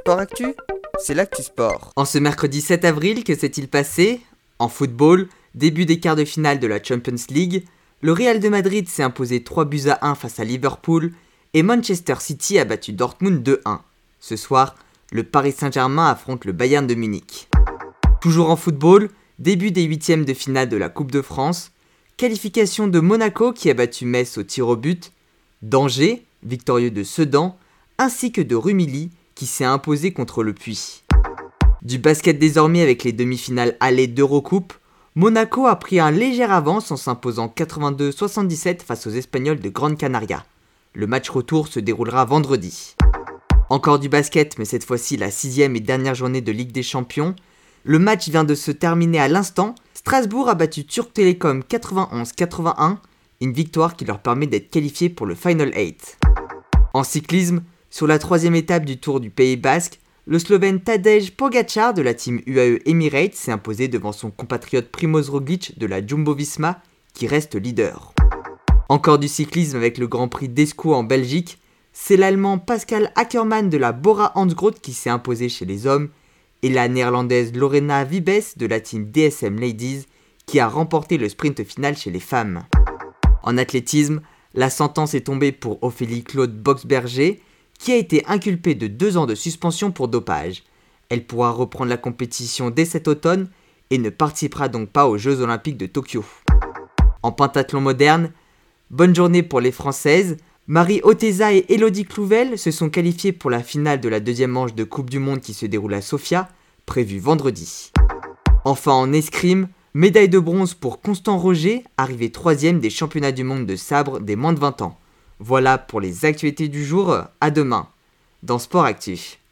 Sport Actu, c'est l'actu sport. En ce mercredi 7 avril, que s'est-il passé ? En football, début des quarts de finale de la Champions League, le Real de Madrid s'est imposé 3-1 face à Liverpool et Manchester City a battu Dortmund 2-1. Ce soir, le Paris Saint-Germain affronte le Bayern de Munich. Toujours en football, début des huitièmes de finale de la Coupe de France, qualification de Monaco qui a battu Metz au tir au but, d'Angers, victorieux de Sedan, ainsi que de Rumilly qui s'est imposé contre le Puy. Du basket désormais avec les demi-finales allées d'Eurocoupe, Monaco a pris un léger avance en s'imposant 82-77 face aux Espagnols de Gran Canaria. Le match retour se déroulera vendredi. Encore du basket, mais cette fois-ci la 6e et dernière journée de Ligue des Champions. Le match vient de se terminer à l'instant. Strasbourg a battu Turk Télécom 91-81, une victoire qui leur permet d'être qualifiés pour le Final 8. En cyclisme, sur la 3e étape du Tour du Pays Basque, le Slovène Tadej Pogačar de la team UAE Emirates s'est imposé devant son compatriote Primož Roglič de la Jumbo-Visma qui reste leader. Encore du cyclisme avec le Grand Prix d'Escaut en Belgique, c'est l'Allemand Pascal Ackermann de la Bora-Hansgrohe qui s'est imposé chez les hommes et la Néerlandaise Lorena Wiebes de la team DSM Ladies qui a remporté le sprint final chez les femmes. En athlétisme, la sentence est tombée pour Ophélie Claude Boxberger qui a été inculpée de 2 ans de suspension pour dopage. Elle pourra reprendre la compétition dès cet automne et ne participera donc pas aux Jeux Olympiques de Tokyo. En pentathlon moderne, bonne journée pour les Françaises. Marie Oteza et Elodie Clouvel se sont qualifiées pour la finale de la 2e manche de Coupe du Monde qui se déroule à Sofia, prévue vendredi. Enfin en escrime, médaille de bronze pour Constant Roger, arrivé 3e des championnats du monde de sabre des moins de 20 ans. Voilà pour les actualités du jour, à demain, dans Sport Actu.